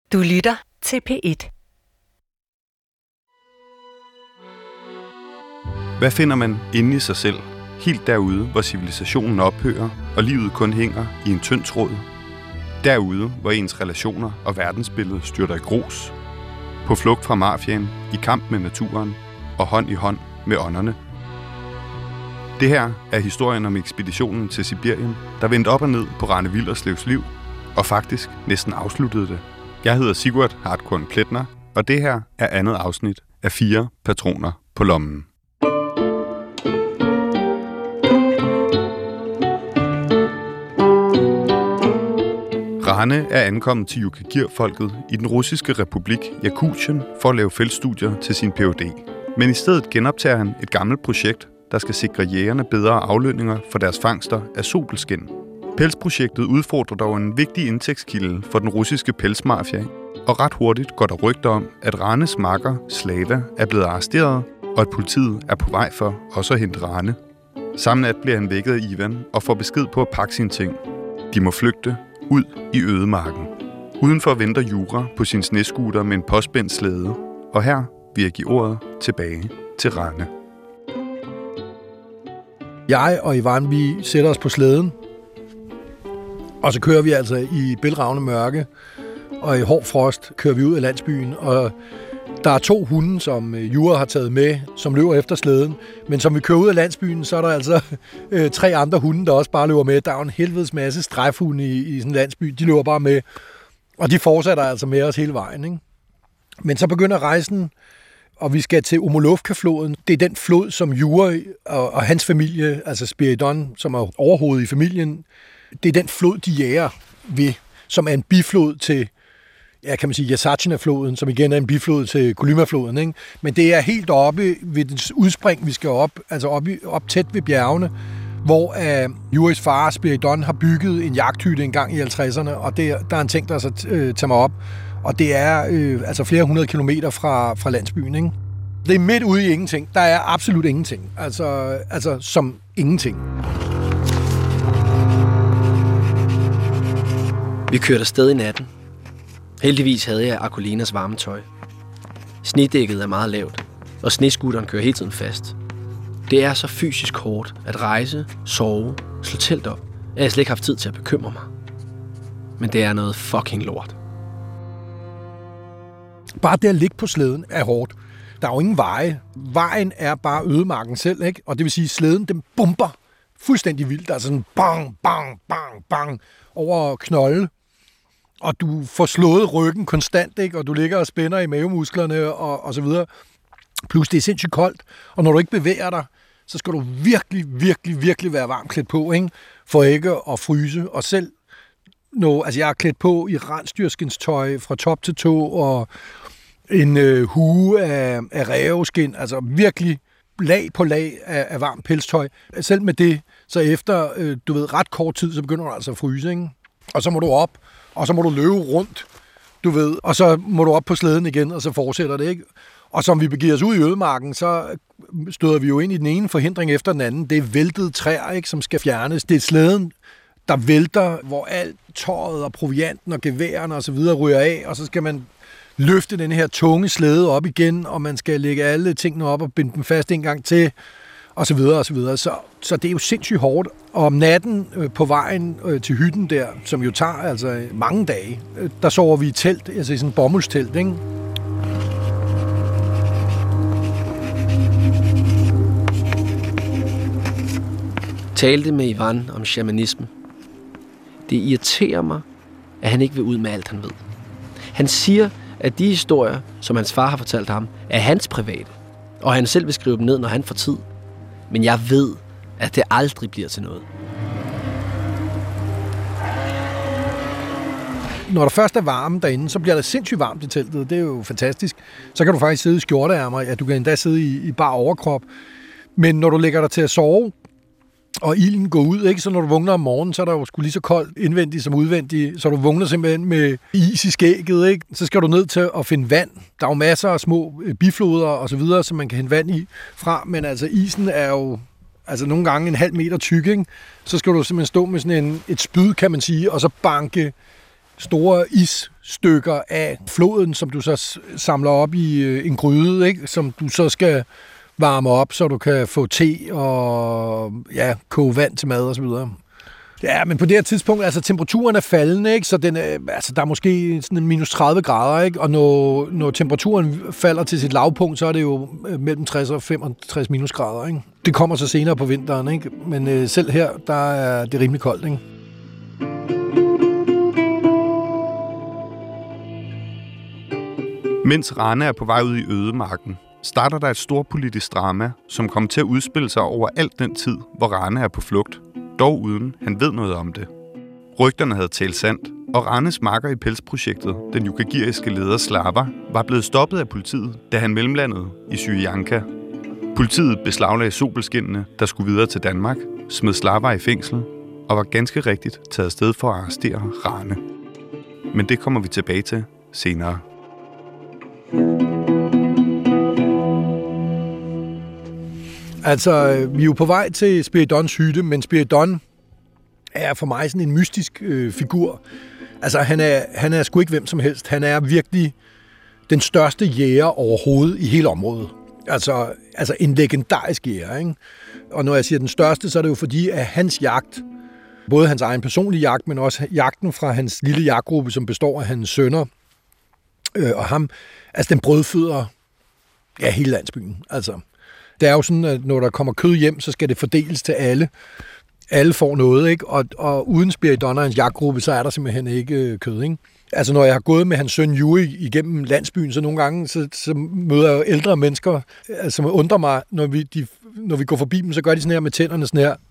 Du lytter til P1. Hvad finder man inde i sig selv, helt derude, hvor civilisationen ophører, og livet kun hænger i en tynd tråd? Derude, hvor ens relationer og verdensbillede styrter i grus, på flugt fra mafiaen, i kamp med naturen og hånd i hånd med ånderne. Det her er historien om ekspeditionen til Sibirien, der vendte op og ned på Rane Willerslev liv, og faktisk næsten afsluttede det. Jeg hedder Sigurd Hartkorn Pletner, og det her er andet afsnit af 4 patroner på lommen. Rane er ankommet til Yukagir-folket i den russiske republik Jakutien for at lave feltstudier til sin Ph.D. Men i stedet genoptager han et gammelt projekt, der skal sikre jægerne bedre aflønninger for deres fangster af sobelskind. Pelsprojektet udfordrer dog en vigtig indtægtskilde for den russiske pelsmafia, og ret hurtigt går der rygter om, at Ranes makker, Slava, er blevet arresteret, og at politiet er på vej for også at hente Rane. Samme nat bliver han vækket af Ivan og får besked på at pakke sine ting. De må flygte ud i ødemarken. Udenfor venter Jura på sin snescooter med en påspændt slæde, og her vil jeg give ordet tilbage til Rane. Jeg og Ivan, vi sætter os på slæden, og så kører vi altså i bælragende mørke, og i hård frost kører vi ud af landsbyen, og der er 2 hunde, som Jura har taget med, som løber efter slæden, men som vi kører ud af landsbyen, så er der altså 3 andre hunde, der også bare løber med. Der er jo en helvedes masse strejfhunde i sådan en landsby, de løber bare med, og de fortsætter altså med os hele vejen, ikke? Men så begynder rejsen, og vi skal til Omolovka-floden. Det er den flod, som Jura og hans familie, altså Spiridon, som er overhovedet i familien, det er den flod, de jager ved, som er en biflod til, ja, kan man sige, Yasachina-floden, som igen er en biflod til Kolyma-floden, ikke? Men det er helt oppe ved dens udspring, vi skal op, altså op tæt ved bjergene, hvor Juris far, Spiridon, har bygget en jagthytte en gang i 50'erne, og der er han tænkt sig at tage mig op. Og det er altså flere 100 kilometer fra landsbyen, ikke? Det er midt ude i ingenting. Der er absolut ingenting. Altså som ingenting. Vi kørte afsted i natten. Heldigvis havde jeg Akolinas varmetøj. Snedækket er meget lavt, og snescooteren kører hele tiden fast. Det er så fysisk hårdt at rejse, sove, slå telt op, at jeg slet ikke haft tid til at bekymre mig. Men det er noget fucking lort. Bare det at ligge på slæden er hårdt. Der er jo ingen veje. Vejen er bare ødemarken selv, ikke? Og det vil sige, at slæden, den bomber fuldstændig vildt. Der er sådan bang, bang, bang, bang over knolde. Og du får slået ryggen konstant, ikke? Og du ligger og spænder i mavemusklerne og så videre. Plus det er sindssygt koldt. Og når du ikke bevæger dig, så skal du virkelig, virkelig, virkelig være varmt klædt på, ikke? For ikke at fryse. Og selv jeg er klædt på i rensdyrskindstøj fra top til tå, og en hue af ræveskin, altså virkelig lag på lag af varmt pelstøj. Selv med det, så efter, ret kort tid, så begynder du altså at fryse, ikke? Og så må du op, og så må du løbe rundt, og så må du op på slæden igen, og så fortsætter det, ikke? Og som vi begiver os ud i ødemarken, så støder vi jo ind i den ene forhindring efter den anden. Det er væltede træer, ikke, som skal fjernes. Det er slæden, der vælter, hvor alt tøjet og provianten og geværerne og så videre ryger af, og så skal man løfte den her tunge slæde op igen, og man skal lægge alle tingene op og binde dem fast en gang til, og så videre og så videre. Så det er jo sindssygt hårdt. Og om natten på vejen til hytten der, som jo tager altså mange dage, der sover vi i telt, altså i sådan en bomuldstelt, ikke? Talte med Ivan om shamanisme. Det irriterer mig, at han ikke vil ud med alt, han ved. Han siger, at de historier, som hans far har fortalt ham, er hans private, og han selv vil skrive dem ned, når han får tid. Men jeg ved, at det aldrig bliver til noget. Når der først er varme derinde, så bliver der sindssygt varmt i teltet. Det er jo fantastisk. Så kan du faktisk sidde i skjorteærmer, ja, du kan endda sidde i bar overkrop. Men når du lægger dig til at sove, og ilden går ud, ikke? Så når du vågner om morgenen, så er der jo sgu lige så koldt indvendigt som udvendigt, så du vågner simpelthen med is i skægget, ikke? Så skal du ned til at finde vand. Der er jo masser af små bifloder og så videre, som man kan hente vand i fra, men altså isen er jo nogle gange 0,5 meter tyk, ikke? Så skal du simpelthen stå med sådan et spyd, kan man sige, og så banke store isstykker af floden, som du så samler op i en gryde, ikke? Som du så skal varme op, så du kan få te og koge vand til mad og så videre. Ja, men på det her tidspunkt, altså temperaturen er faldende, ikke? Så den, altså, der er måske sådan en minus 30 grader, ikke? Og når temperaturen falder til sit lavpunkt, så er det jo mellem 60 og 65 minusgrader, ikke? Det kommer så senere på vinteren, ikke? Men selv her, der er det rimelig koldt, ikke? Mens Rane er på vej ud i ødemarken, starter der et stort politisk drama, som kommer til at udspille sig over alt den tid, hvor Rane er på flugt, dog uden han ved noget om det. Rygterne havde talt sandt, og Ranes makker i pelsprojektet, den yukagiriske leder Slava, var blevet stoppet af politiet, da han mellemlandede i Syrianka. Politiet beslaglagde sobelskindene, der skulle videre til Danmark, smed Slava i fængsel og var ganske rigtigt taget afsted for at arrestere Rane. Men det kommer vi tilbage til senere. Altså, vi er jo på vej til Spiridons hytte, men Spiridon er for mig sådan en mystisk figur. Altså, han er sgu ikke hvem som helst. Han er virkelig den største jæger overhovedet i hele området. Altså en legendarisk jæger, ikke? Og når jeg siger den største, så er det jo fordi, at hans jagt, både hans egen personlige jagt, men også jagten fra hans lille jagtgruppe, som består af hans sønner og ham, altså den brødføder hele landsbyen. Altså, det er jo sådan, at når der kommer kød hjem, så skal det fordeles til alle. Alle får noget, ikke? Og uden Spiridon og hans jagtgruppe, så er der simpelthen ikke kød, ikke? Altså, når jeg har gået med hans søn Yuri igennem landsbyen, så nogle gange, så møder jeg ældre mennesker, som undrer mig, når vi går forbi dem, så gør de sådan her med tænderne, sådan her.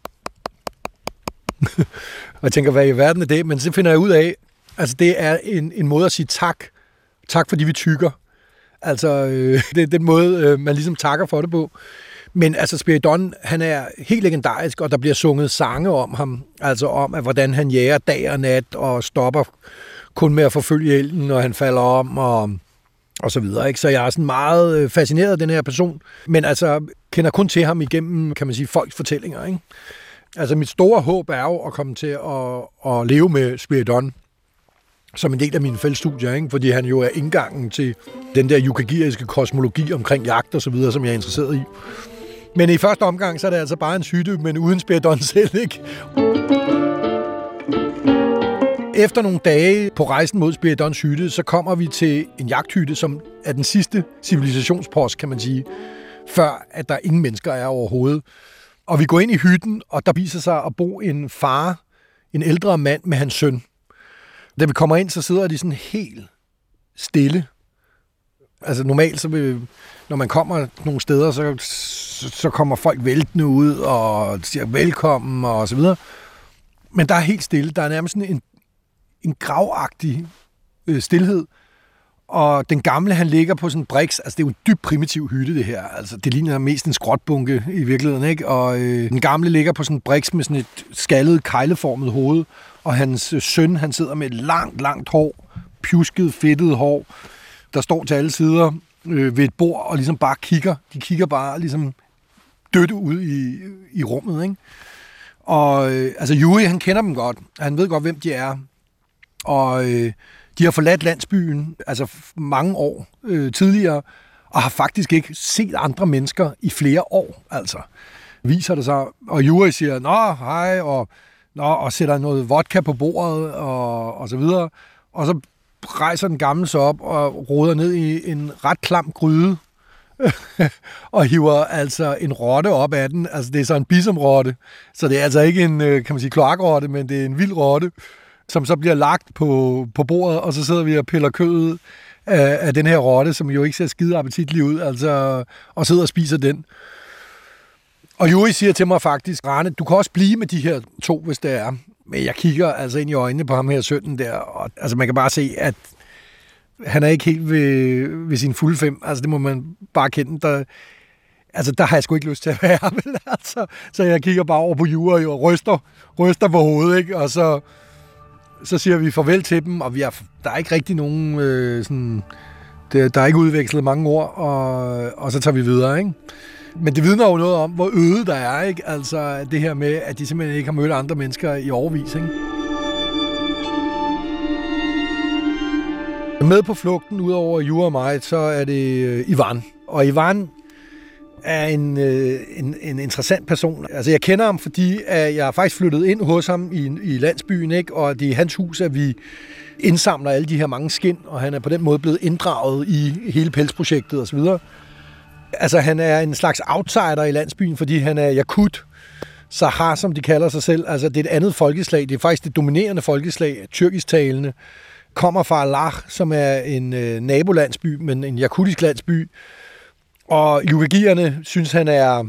Og jeg tænker, hvad i verden er det? Men så finder jeg ud af, altså, det er en måde at sige tak. Tak, fordi vi tykker. Altså, det er den måde, man ligesom takker for det på. Men altså, Spiridon, han er helt legendarisk, og der bliver sunget sange om ham. Altså om, at hvordan han jager dag og nat, og stopper kun med at forfølge elgen, når han falder om, og så videre. Ikke? Så jeg er sådan meget fascineret af den her person. Men altså, kender kun til ham igennem, kan man sige, folks fortællinger. Ikke? Altså, mit store håb er jo at komme til at leve med Spiridon som en del af mine feltstudier, ikke? Fordi han jo er indgangen til den der yukagiriske kosmologi omkring jagt og så videre, som jeg er interesseret i. Men i første omgang, så er det altså bare en hytte, men uden Spiridon selv, ikke? Efter nogle dage på rejsen mod Spiridons hytte, så kommer vi til en jagthytte, som er den sidste civilisationspost, kan man sige, før at der ingen mennesker er overhovedet. Og vi går ind i hytten, og der viser sig at bo en far, en ældre mand med hans søn. Da vi kommer ind, så sidder de sådan helt stille. Altså normalt, når man kommer nogle steder, så kommer folk væltende ud og siger velkommen og så videre. Men der er helt stille. Der er nærmest sådan en gravagtig stilhed. Og den gamle, han ligger på sådan en briks. Altså det er jo en dybt primitiv hytte, det her. Altså det ligner mest en skrotbunke i virkeligheden, ikke? Og den gamle ligger på sådan en briks med sådan et skaldet, kegleformet hoved. Og hans søn, han sidder med et langt hår, pjusket, fedtet hår, der står til alle sider ved et bord og ligesom bare kigger. De kigger bare ligesom dødt ud i rummet, ikke? Og altså Yuri, han kender dem godt. Han ved godt, hvem de er. Og de har forladt landsbyen altså mange år tidligere, og har faktisk ikke set andre mennesker i flere år, altså. Viser det sig, og Yuri siger, nå, hej, og sætter noget vodka på bordet, og så videre. Og så rejser den gamle sig op og roder ned i en ret klam gryde, og hiver altså en rotte op af den. Altså det er så en bisonrotte, så det er altså ikke en, kan man sige, kloakrotte, men det er en vild rotte, som så bliver lagt på bordet, og så sidder vi og piller kødet af den her rotte, som jo ikke ser skide appetitlig ud, altså, og sidder og spiser den. Og Yuri siger til mig faktisk, Rane, du kan også blive med de her to, hvis det er. Men jeg kigger altså ind i øjnene på ham her sønnen der, og altså man kan bare se, at han er ikke helt ved sin fulde 5. Altså det må man bare kende. Der har jeg sgu ikke lyst til at være, vel? Altså, så jeg kigger bare over på Yuri og ryster på hovedet, ikke? Og så siger vi farvel til dem, og der er ikke rigtig nogen sådan, der er ikke udvekslet mange ord, og så tager vi videre, ikke? Men det vidner jo noget om, hvor øde der er, ikke? Altså det her med, at de simpelthen ikke har mødt andre mennesker i årevis, ikke? Med på flugten, udover Jura og mig, så er det Ivan. Og Ivan er en interessant person. Altså, jeg kender ham, fordi jeg har faktisk flyttet ind hos ham i landsbyen, ikke? Og det er i hans hus, at vi indsamler alle de her mange skind, og han er på den måde blevet inddraget i hele pelsprojektet osv. Altså, han er en slags outsider i landsbyen, fordi han er jakut, Sahar, som de kalder sig selv. Altså, det er et andet folkeslag. Det er faktisk det dominerende folkeslag, tyrkisktalende. Kommer fra Allah, som er en nabolandsby, men en jakutisk landsby. Og yukagierne synes, han er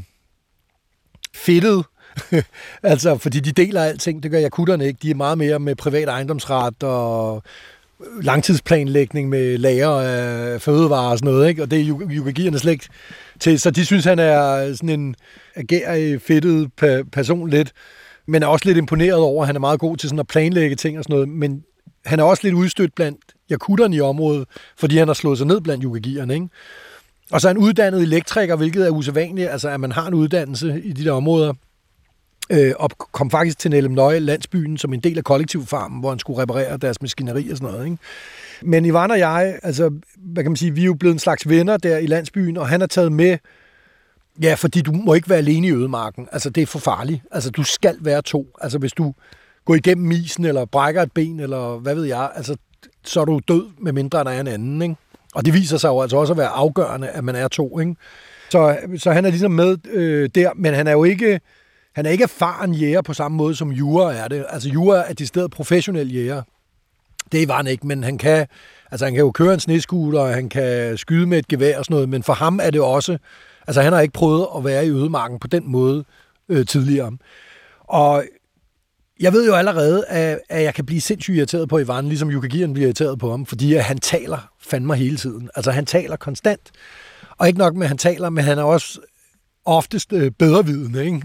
fedtet. Altså, fordi de deler alting. Det gør jakutterne ikke. De er meget mere med privat ejendomsret og langtidsplanlægning med lager af fødevarer og sådan noget, ikke? Og det er yukagierne slet ikke til. Så de synes, han er sådan en agerig, fedtet person lidt. Men er også lidt imponeret over, at han er meget god til sådan at planlægge ting og sådan noget. Men han er også lidt udstødt blandt jakutterne i området, fordi han har slået sig ned blandt yukagierne, ikke? Og så er han uddannet elektriker, hvilket er usædvanligt, altså at man har en uddannelse i de der områder. Og kom faktisk til Nelemnøje, landsbyen, som en del af kollektivfarmen, hvor han skulle reparere deres maskineri og sådan noget, ikke? Men Ivan og jeg, altså, hvad kan man sige, vi er jo blevet en slags venner der i landsbyen, og han er taget med, ja, fordi du må ikke være alene i ødemarken. Altså, det er for farligt. Altså, du skal være to. Altså, hvis du går igennem isen, eller brækker et ben, eller hvad ved jeg, altså, så er du død, med mindre der er en anden, ikke? Og det viser sig jo altså også at være afgørende, at man er to, ikke? Så han er ligesom med der, men han er jo ikke erfaren jæger på samme måde, som Jura er det. Altså, Jura er decideret professionel jæger. Det var han ikke, men han kan jo køre en snescooter, og han kan skyde med et gevær og sådan noget, men for ham er det også, altså han har ikke prøvet at være i ødemarken på den måde tidligere. Og jeg ved jo allerede, at jeg kan blive sindssygt irriteret på Ivan, ligesom yukagieren bliver irriteret på ham, fordi han taler fandme hele tiden. Altså han taler konstant, og ikke nok med, at han taler, men han er også oftest bedrevidende, ikke?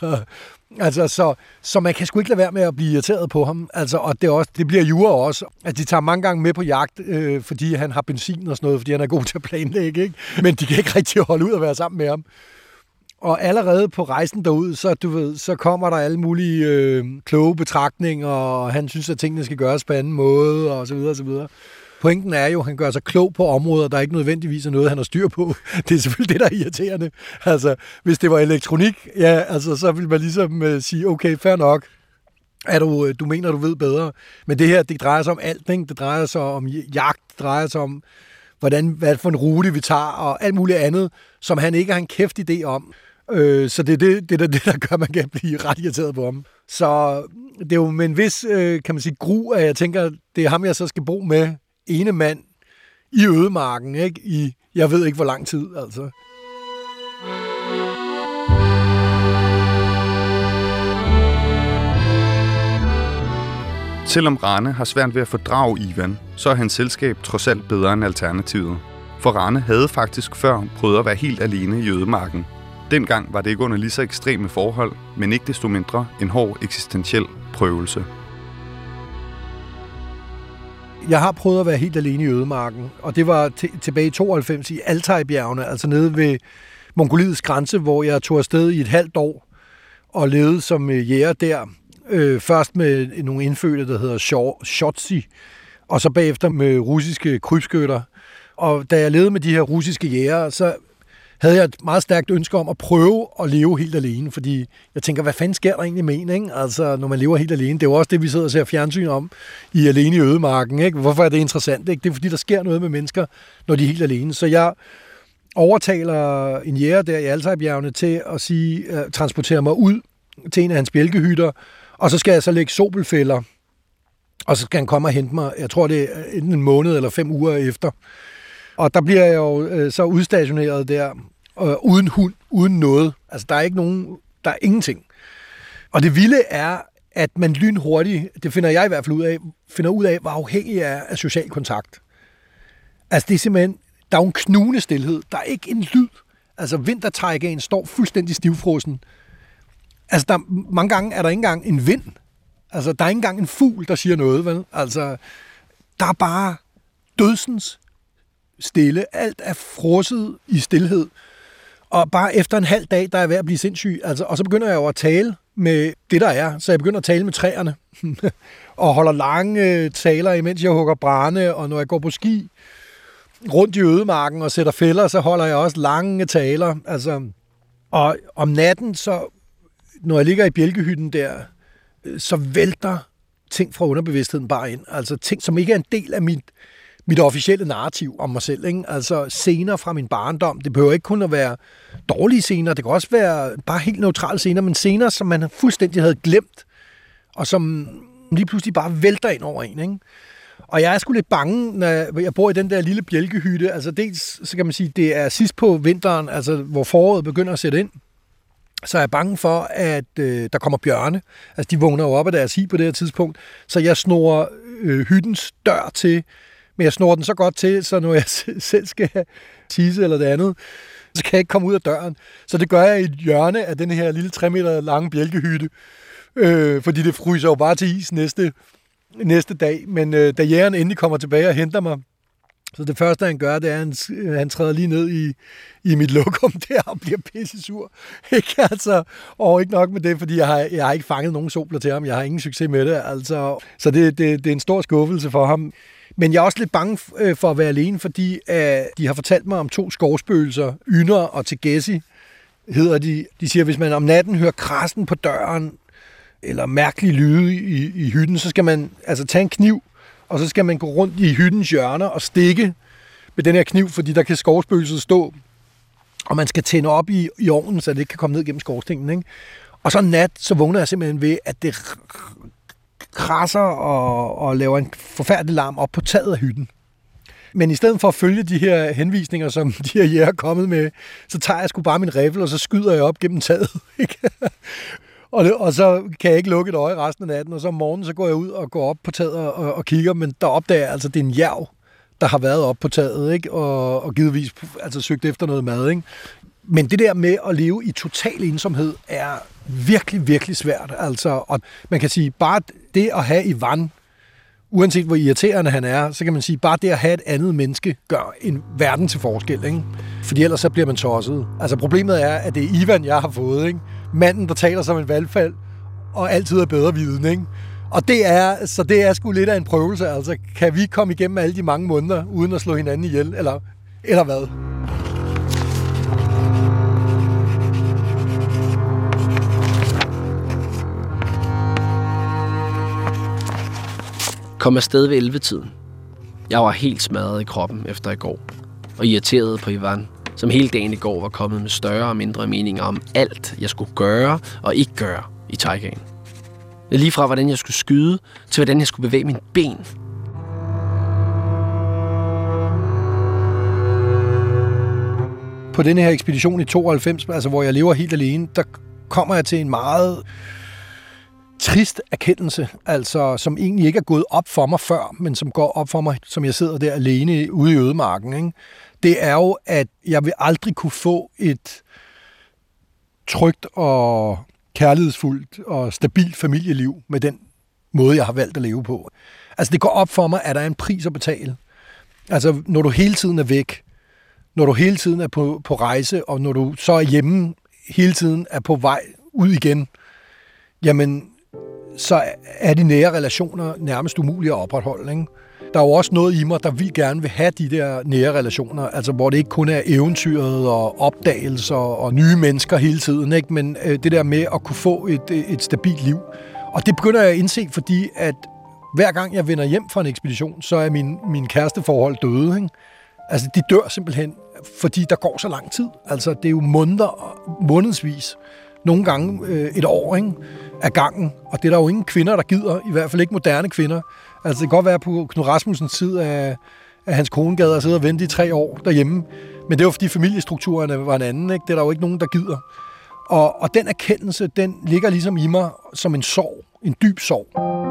Så man kan sgu ikke lade være med at blive irriteret på ham. Altså, og det bliver Jura også, at de tager mange gange med på jagt, fordi han har benzin og sådan noget, fordi han er god til at planlægge, ikke? Men de kan ikke rigtig holde ud at være sammen med ham. Og allerede på rejsen derud, så kommer der alle mulige kloge betragtninger, og han synes, at tingene skal gøres på anden måde, og så videre, og så videre. Pointen er jo, at han gør sig klog på områder, der ikke nødvendigvis er noget, han har styr på. Det er selvfølgelig det, der er irriterende. Altså, hvis det var elektronik, ja, altså, så ville man ligesom sige, okay, fair nok, du mener, du ved bedre. Men det her, det drejer sig om alt, ikke? Det drejer sig om jagt, det drejer sig om, hvad for en rute vi tager, og alt muligt andet, som han ikke har en kæft idé om. Så det er det, der gør, at man kan blive ret irriteret på ham. Så det er jo med en vis, kan man sige, gru, at jeg tænker, det er ham, jeg så skal bo med, ene mand i ødemarken, ikke? I jeg ved ikke, hvor lang tid, altså. Selvom Rane har svært ved at fordrage Ivan, så er hans selskab trods alt bedre end alternativet. For Rane havde faktisk før prøvet at være helt alene i ødemarken. Dengang var det ikke under lige så ekstreme forhold, men ikke desto mindre en hård eksistentiel prøvelse. Jeg har prøvet at være helt alene i ødemarken, og det var tilbage i 92 i Altaj-bjergene, altså nede ved Mongoliets grænse, hvor jeg tog afsted i et halvt år og levede som jæger der. Først med nogle indfødte, der hedder Shotzi, og så bagefter med russiske krybskytter. Og da jeg levede med de her russiske jægere, så havde jeg et meget stærkt ønske om at prøve at leve helt alene, fordi jeg tænker, hvad fanden sker der egentlig med en, ikke? Altså, når man lever helt alene. Det er jo også det, vi sidder og ser fjernsyn om i Alene i ødemarken, ikke? Hvorfor er det interessant, ikke? Det er fordi, der sker noget med mennesker, når de er helt alene. Så jeg overtaler en jæger der i Altaj-bjergene til at transportere mig ud til en af hans bjælkehytter, og så skal jeg så lægge sobelfælder, og så skal han komme og hente mig, jeg tror det er enten en måned eller 5 uger efter. Og der bliver jeg jo så udstationeret der, uden hund, uden noget. Altså der er ingenting. Og det vilde er, at man lynhurtigt, det finder jeg i hvert fald finder ud af, hvor afhængig jeg er af social kontakt. Altså det er simpelthen, der er jo en knugende stilhed. Der er ikke en lyd. Altså vintertrækæen står fuldstændig stivfrossen. Altså mange gange er der ikke engang en vind. Altså der er ikke engang en fugl, der siger noget, vel? Altså der er bare dødsens stille. Alt er frosset i stilhed. Og bare efter en halv dag, der er ved at blive sindssyg. Altså, og så begynder jeg jo at tale med det, der er. Så jeg begynder at tale med træerne, og holder lange taler, imens jeg hugger brænde, og når jeg går på ski rundt i ødemarken og sætter fælder, så holder jeg også lange taler. Altså, og om natten, så når jeg ligger i bjælkehytten der, så vælter ting fra underbevidstheden bare ind. Altså ting, som ikke er en del af mit officielle narrativ om mig selv. Ikke? Altså scener fra min barndom. Det behøver ikke kun at være dårlige scener. Det kan også være bare helt neutrale scener, men scener, som man fuldstændig havde glemt, og som lige pludselig bare vælter ind over en. Ikke? Og jeg er sgu lidt bange, når jeg bor i den der lille bjælkehytte. Altså dels, så kan man sige, det er sidst på vinteren, altså hvor foråret begynder at sætte ind. Så er jeg bange for, at der kommer bjørne. Altså de vågner jo op af deres hi på det her tidspunkt. Så jeg snor hyttens dør til, men jeg snor den så godt til, så når jeg selv skal tisse eller det andet, så kan jeg ikke komme ud af døren. Så det gør jeg i et hjørne af den her lille 3 meter lange bjælkehytte, fordi det fryser jo bare til is næste dag. Men da jægeren endelig kommer tilbage og henter mig, så det første, han gør, det er, at han træder lige ned i mit lokum der og bliver pissesur. Ikke? Altså, og ikke nok med det, fordi jeg har ikke fanget nogen sobler til ham. Jeg har ingen succes med det. Altså, så det er en stor skuffelse for ham. Men jeg er også lidt bange for at være alene, fordi de har fortalt mig om 2 skovspøgelser, Ynder og Tegesi, hedder de. De siger, at hvis man om natten hører krassen på døren, eller mærkelige lyde i hytten, så skal man altså tage en kniv, og så skal man gå rundt i hyttens hjørner og stikke med den her kniv, fordi der kan skovspøgelset stå, og man skal tænde op i ovnen, så det ikke kan komme ned gennem skorstenen. Ikke? Og så en nat, så vågner jeg simpelthen ved, at det krasser og laver en forfærdelig larm op på taget af hytten. Men i stedet for at følge de her henvisninger, som de her jæger er kommet med, så tager jeg sgu bare min riffel, og så skyder jeg op gennem taget. Ikke? Og så kan jeg ikke lukke et øje resten af natten, og så om morgenen, så går jeg ud og går op på taget og kigger, men der opdager jeg altså, det er en jærv, der har været op på taget, ikke? Og givetvis altså søgt efter noget mad. Ikke? Men det der med at leve i total ensomhed er virkelig, virkelig svært. Altså, og man kan sige, bare det at have Ivan, uanset hvor irriterende han er, så kan man sige, bare det at have et andet menneske gør en verden til forskel. Ikke? Fordi ellers så bliver man tosset. Altså problemet er, at det er Ivan, jeg har fået. Ikke? Manden, der taler som en valgfald, og altid er bedre viden. Ikke? Og det er sgu lidt af en prøvelse. Altså, kan vi komme igennem alle de mange måneder, uden at slå hinanden ihjel, eller hvad? Kom afsted ved 11-tiden. Jeg var helt smadret i kroppen efter i går, og irriteret på Ivan, som hele dagen i går var kommet med større og mindre meninger om alt, jeg skulle gøre og ikke gøre i taigaen. Lige fra hvordan jeg skulle skyde, til hvordan jeg skulle bevæge mine ben. På denne her ekspedition i 92, altså hvor jeg lever helt alene, der kommer jeg til en meget trist erkendelse, altså som egentlig ikke er gået op for mig før, men som går op for mig, som jeg sidder der alene ude i ødemarken. Ikke? Det er jo, at jeg vil aldrig kunne få et trygt og kærlighedsfuldt og stabilt familieliv med den måde, jeg har valgt at leve på. Altså det går op for mig, at der er en pris at betale. Altså når du hele tiden er væk, når du hele tiden er på rejse, og når du så er hjemme, hele tiden er på vej ud igen, jamen så er de nære relationer nærmest umulige at opretholde. Ikke? Der er jo også noget i mig, der vil gerne vil have de der nære relationer, altså hvor det ikke kun er eventyret og opdagelser og nye mennesker hele tiden, ikke? Men det der med at kunne få et stabilt liv. Og det begynder jeg at indse, fordi at hver gang jeg vender hjem fra en ekspedition, så er min kæresteforhold døde. Ikke? Altså de dør simpelthen, fordi der går så lang tid. Altså det er jo månedsvis, nogle gange et år, ikke? Af gangen. Og det er der jo ingen kvinder, der gider, i hvert fald ikke moderne kvinder. Altså det kan godt være på Knud Rasmussens tid, at hans kone gad at sidde og vente i 3 år derhjemme. Men det var fordi familiestrukturerne var en anden. Ikke? Det er der jo ikke nogen, der gider. Og den erkendelse, den ligger ligesom i mig som en sorg. En dyb sorg.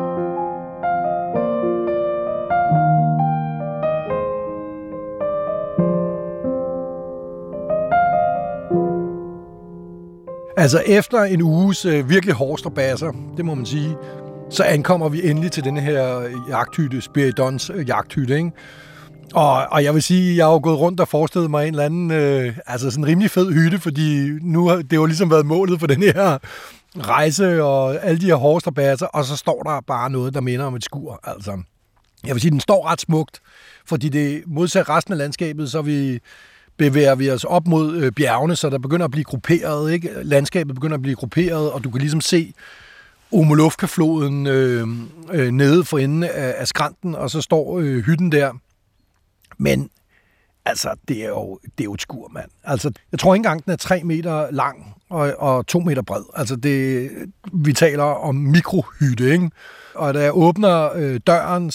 Altså efter en uges virkelig hårde strabasser, det må man sige, så ankommer vi endelig til denne her jagthytte, Spiridons jagthytte, ikke? Og jeg vil sige, jeg har jo gået rundt og forestillet mig en eller anden, altså sådan en rimelig fed hytte, fordi nu det jo ligesom været målet for den her rejse og alle de her hårde strabasser, og så står der bare noget, der minder om et skur. Altså, jeg vil sige, den står ret smukt, fordi det modsat resten af landskabet, så bevæger vi os op mod bjergene, så der begynder at blive grupperet, ikke? Landskabet begynder at blive grupperet, og du kan ligesom se Omolovka-floden nede for enden af skrænten, og så står hytten der. Men altså, det er jo et skur, mand. Altså, jeg tror ikke engang, den er 3 meter lang og 2 meter bred. Altså, vi taler om mikrohytte, ikke? Og da jeg åbner døren,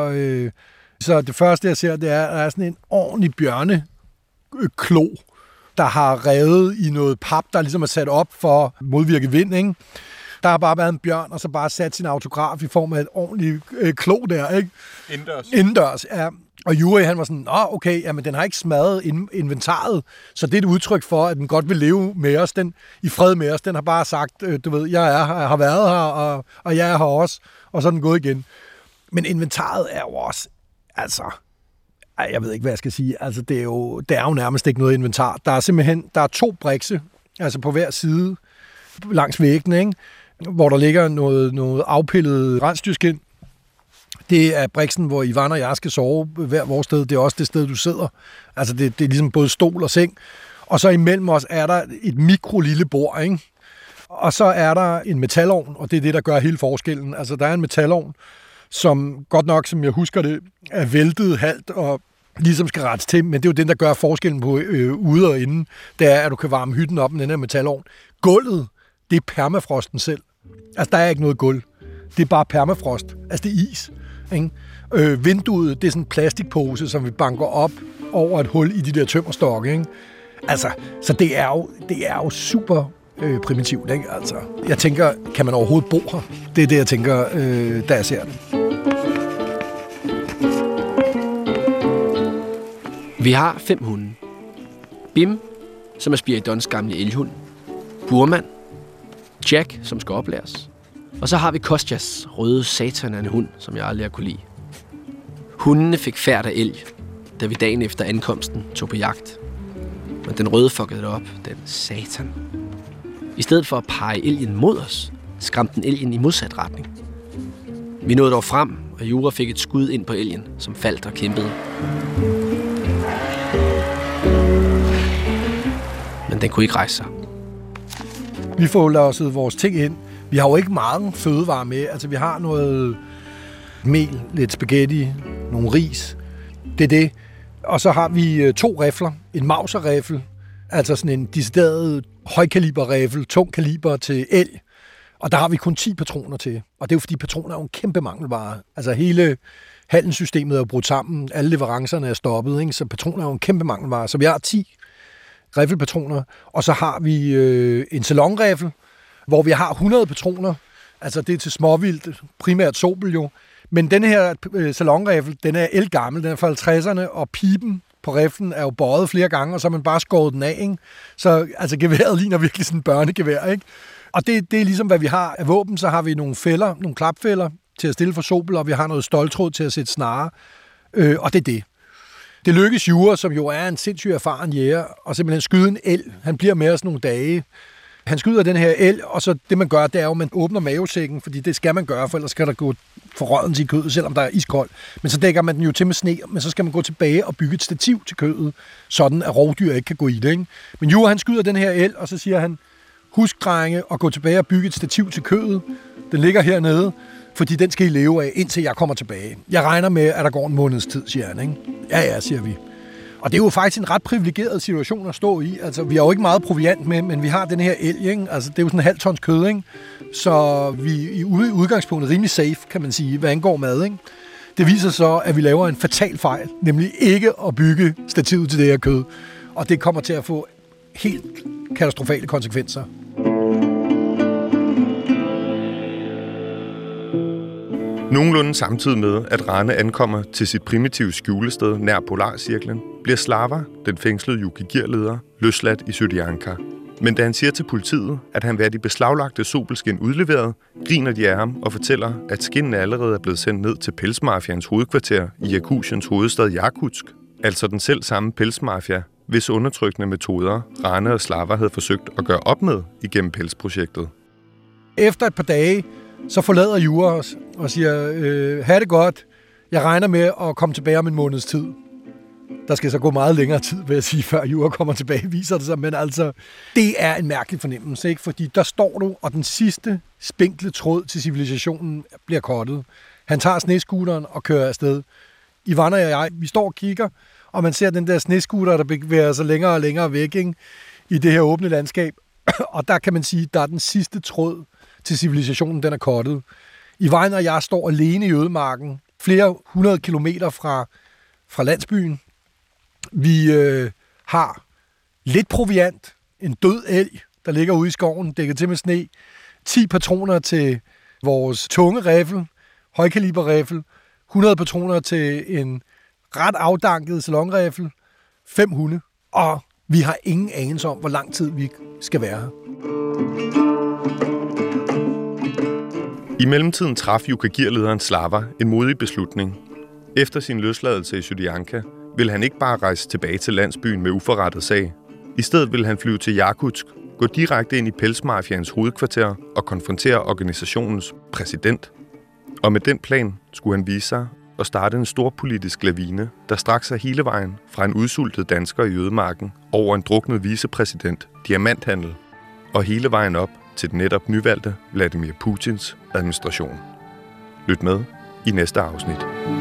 så det første, jeg ser, det er, at der er sådan en ordentlig bjørneklo, der har revet i noget pap, der ligesom er sat op for at modvirke vind, ikke? Der har bare været en bjørn, og så bare sat sin autograf i form af et ordentligt klo der, ikke? Indendørs, ja. Og Juri, han var sådan, okay, jamen den har ikke smadret inventaret, så det er et udtryk for, at den godt vil leve med os, i fred med os. Den har bare sagt, du ved, jeg har været her, og jeg er her også, og så er den gået igen. Men inventaret er jo også, altså, jeg ved ikke, hvad jeg skal sige, altså det er jo nærmest ikke noget inventar. Der er 2 brikse, altså på hver side langs væggen, ikke? Hvor der ligger noget afpillet rensdyrskind. Det er briksen, hvor Ivan og jeg skal sove hver vores sted. Det er også det sted, du sidder. Altså, det er ligesom både stol og seng. Og så imellem os er der et lille bord, ikke? Og så er der en metalovn, og det er det, der gør hele forskellen. Altså, der er en metalovn, som godt nok, som jeg husker det, er væltet halvt og ligesom skal rettes til, men det er jo den, der gør forskellen på ude og inde. Det er, at du kan varme hytten op med den her metalovn. Gulvet, det er permafrosten selv. Altså, der er ikke noget gulv. Det er bare permafrost. Altså, det er is. Ikke? Vinduet, det er sådan en plastikpose, som vi banker op over et hul i de der tømmerstokke. Ikke? Altså, så det er jo super primitivt. Ikke? Altså, jeg tænker, kan man overhovedet bo her? Det er det, jeg tænker, da jeg ser det. Vi har 5 hunde. Bim, som er Spiridons gamle elhund. Burman. Jack, som skal oplæres. Og så har vi Kostjas røde satan af en hund, som jeg aldrig har kunne lide. Hundene fik færd af elg, da vi dagen efter ankomsten tog på jagt. Men den røde fuckede det op, den satan. I stedet for at pege elgen mod os, skræmte den elgen i modsat retning. Vi nåede dog frem, og Jura fik et skud ind på elgen, som faldt og kæmpede. Men den kunne ikke rejse sig. Vi får låset vores ting ind. Vi har jo ikke meget fødevarer med. Altså, vi har noget mel, lidt spaghetti, nogle ris. Det er det. Og så har vi 2 rifler. En Mauser-riffel, altså sådan en decideret højkaliber-riffel, tung kaliber til elg. Og der har vi kun 10 patroner til. Og det er jo fordi, patroner er jo en kæmpe mangelvare. Altså, hele handelssystemet er jo brudt sammen. Alle leverancerne er stoppet, ikke? Så patroner er jo en kæmpe mangelvare. Så vi har 10 riffelpatroner. Og så har vi en salonriffel, hvor vi har 100 patroner. Altså, det er til småvildt, primært sobel jo. Men den her salonriffel, den er ældgammel, den er fra 50'erne, og pipen på riflen er jo bøjet flere gange, og så har man bare skåret den af, ikke? Så altså, geværet ligner virkelig sådan en børnegevær, ikke? Og det er ligesom, hvad vi har af våben. Så har vi nogle fælder, nogle klapfælder til at stille for sobel, og vi har noget ståltråd til at sætte snare. Og det er det. Det lykkes Jura, som jo er en sindssygt erfaren jæger, og simpelthen skyde en elg. Han bliver med os nogle dage. Han skyder den her elg, og så det, man gør, det er jo, at man åbner mavesækken, fordi det skal man gøre, for ellers skal der gå forrådens i kødet, selvom der er iskoldt. Men så dækker man den jo til med sne, men så skal man gå tilbage og bygge et stativ til kødet, sådan at rovdyr ikke kan gå i det, ikke? Men Jura, han skyder den her elg, og så siger han, husk, drenge, at gå tilbage og bygge et stativ til kødet. Den ligger hernede, fordi den skal I leve af, indtil jeg kommer tilbage. Jeg regner med, at der går en måneds tid, siger han, ikke? Ja, siger vi. Og det er jo faktisk en ret privilegeret situation at stå i. Altså, vi har jo ikke meget proviant med, men vi har den her elg, ikke? Altså, det er jo sådan en 0,5 tons kød, ikke? Så vi er i udgangspunktet rimelig safe, kan man sige, hvad angår mad, ikke? Det viser så, at vi laver en fatal fejl, nemlig ikke at bygge stativet til det her kød. Og det kommer til at få helt katastrofale konsekvenser. Nogenlunde samtidig med, at Rane ankommer til sit primitive skjulested nær Polarcirklen, bliver Slava, den fængslede Yukigir-leder, løsladt i Syrianka. Men da han siger til politiet, at han vil have de beslaglagte sobelskind udleveret, griner de af ham og fortæller, at skindene allerede er blevet sendt ned til pelsmafians hovedkvarter i Jakutiens hovedstad Jakutsk, altså den selv samme pelsmafia, hvis undertrykkende metoder Rane og Slava havde forsøgt at gøre op med igennem pelsprojektet. Efter et par dage, så forlader Jura os og siger, ha' det godt, jeg regner med at komme tilbage om en måneds tid. Der skal så gå meget længere tid, vil jeg sige, før Jura kommer tilbage, viser det sig. Men altså, det er en mærkelig fornemmelse, ikke? Fordi der står du, og den sidste spinkle tråd til civilisationen bliver kottet. Han tager snescooteren og kører afsted. Ivan og jeg, vi står og kigger, og man ser den der snescooter, der bevæger sig længere og længere væk, ikke? I det her åbne landskab. Og der kan man sige, der er den sidste tråd til civilisationen, den er kottet. Ivan og jeg står alene i ødemarken, flere 100 kilometer fra landsbyen. Vi har lidt proviant, en død elg, der ligger ude i skoven, dækket til med sne, 10 patroner til vores tunge riffel, højkaliberriffel, 100 patroner til en ret afdanket salonriffel, 5 hunde, og vi har ingen anelse om, hvor lang tid vi skal være her. I mellemtiden traf Jukagir-lederen Slava en modig beslutning. Efter sin løsladelse i Sydianka ville han ikke bare rejse tilbage til landsbyen med uforrettet sag. I stedet ville han flyve til Jakutsk, gå direkte ind i pelsmafians hovedkvarter og konfrontere organisationens præsident. Og med den plan skulle han vise sig og starte en stor politisk lavine, der strak sig hele vejen fra en udsultet dansker i ødemarken over en druknet vicepræsident, diamanthandel, og hele vejen op til den netop nyvalgte Vladimir Putins administration. Lyt med i næste afsnit.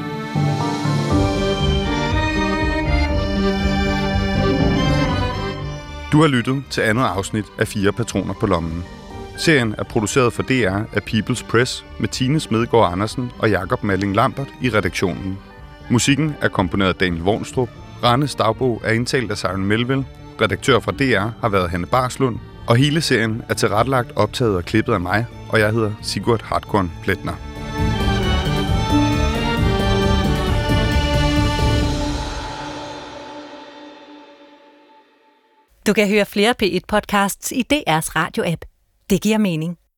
Du har lyttet til andet afsnit af 4 Patroner på lommen. Serien er produceret for DR af People's Press med Tine Smedegaard Andersen og Jakob Malling Lambert i redaktionen. Musikken er komponeret af Daniel Wormstrup. Ranes dagbog er indtalt af Søren Melville. Redaktør fra DR har været Hanne Barslund. Og hele serien er tilrettelagt, optaget og klippet af mig, og jeg hedder Sigurd Hartkorn Pletner. Du kan høre flere P1-podcasts i DR's radio-app. Det giver mening.